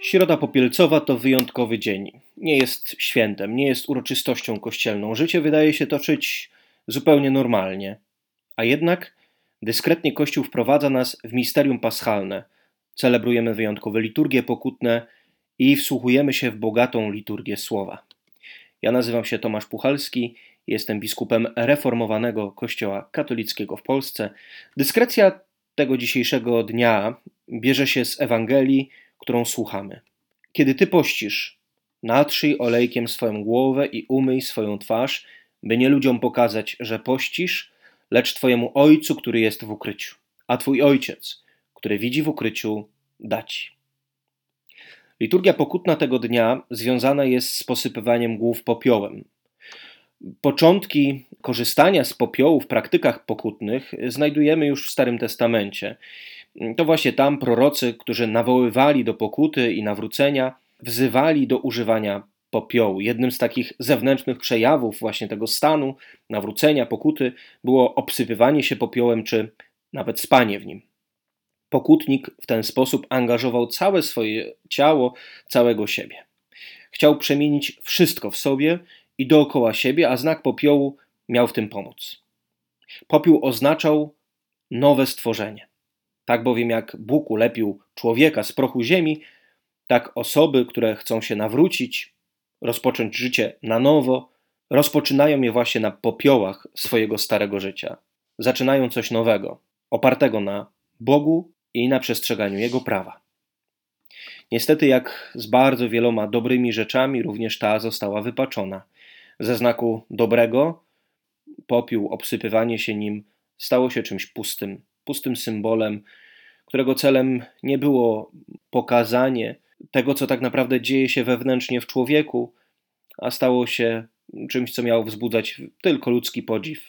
Środa Popielcowa to wyjątkowy dzień. Nie jest świętem, nie jest uroczystością kościelną. Życie wydaje się toczyć zupełnie normalnie. A jednak dyskretnie Kościół wprowadza nas w misterium paschalne. Celebrujemy wyjątkowe liturgie pokutne i wsłuchujemy się w bogatą liturgię słowa. Ja nazywam się Tomasz Puchalski, jestem biskupem reformowanego Kościoła katolickiego w Polsce. Dyskrecja tego dzisiejszego dnia bierze się z Ewangelii, którą słuchamy. Kiedy ty pościsz, natrzyj olejkiem swoją głowę i umyj swoją twarz, by nie ludziom pokazać, że pościsz, lecz twojemu Ojcu, który jest w ukryciu. A twój Ojciec, który widzi w ukryciu, da ci. Liturgia pokutna tego dnia związana jest z posypywaniem głów popiołem. Początki korzystania z popiołu w praktykach pokutnych znajdujemy już w Starym Testamencie. To właśnie tam prorocy, którzy nawoływali do pokuty i nawrócenia, wzywali do używania popiołu. Jednym z takich zewnętrznych przejawów właśnie tego stanu, nawrócenia, pokuty było obsypywanie się popiołem czy nawet spanie w nim. Pokutnik w ten sposób angażował całe swoje ciało, całego siebie. Chciał przemienić wszystko w sobie i dookoła siebie, a znak popiołu miał w tym pomóc. Popiół oznaczał nowe stworzenie. Tak bowiem jak Bóg ulepił człowieka z prochu ziemi, tak osoby, które chcą się nawrócić, rozpocząć życie na nowo, rozpoczynają je właśnie na popiołach swojego starego życia. Zaczynają coś nowego, opartego na Bogu i na przestrzeganiu Jego prawa. Niestety, jak z bardzo wieloma dobrymi rzeczami, również ta została wypaczona. Ze znaku dobrego popiół, obsypywanie się nim stało się czymś pustym symbolem, którego celem nie było pokazanie tego, co tak naprawdę dzieje się wewnętrznie w człowieku, a stało się czymś, co miało wzbudzać tylko ludzki podziw,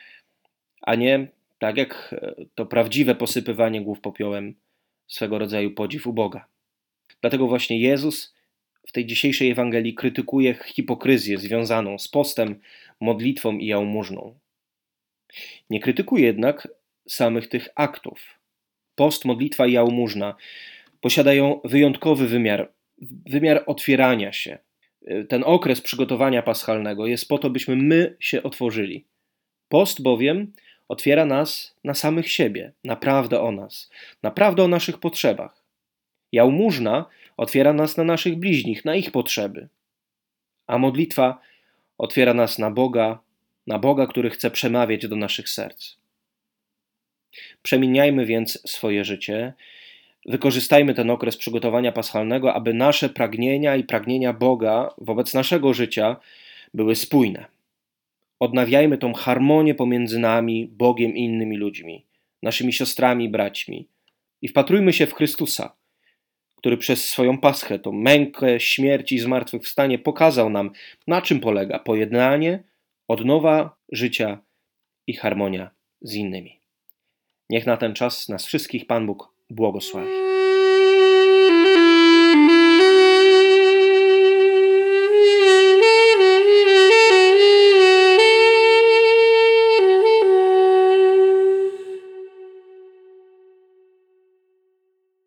a nie, tak jak to prawdziwe posypywanie głów popiołem, swego rodzaju podziw u Boga. Dlatego właśnie Jezus w tej dzisiejszej Ewangelii krytykuje hipokryzję związaną z postem, modlitwą i jałmużną. Nie krytykuje jednak samych tych aktów. Post, modlitwa i jałmużna posiadają wyjątkowy wymiar otwierania się. Ten okres przygotowania paschalnego jest po to, byśmy my się otworzyli. Post bowiem otwiera nas na samych siebie, naprawdę o nas, naprawdę o naszych potrzebach. Jałmużna otwiera nas na naszych bliźnich, na ich potrzeby. A modlitwa otwiera nas na Boga, który chce przemawiać do naszych serc. Przemieniajmy więc swoje życie, wykorzystajmy ten okres przygotowania paschalnego, aby nasze pragnienia i pragnienia Boga wobec naszego życia były spójne. Odnawiajmy tą harmonię pomiędzy nami, Bogiem i innymi ludźmi, naszymi siostrami i braćmi i wpatrujmy się w Chrystusa, który przez swoją paschę, tą mękę, śmierć i zmartwychwstanie pokazał nam, na czym polega pojednanie, odnowa życia i harmonia z innymi. Niech na ten czas nas wszystkich Pan Bóg błogosławi.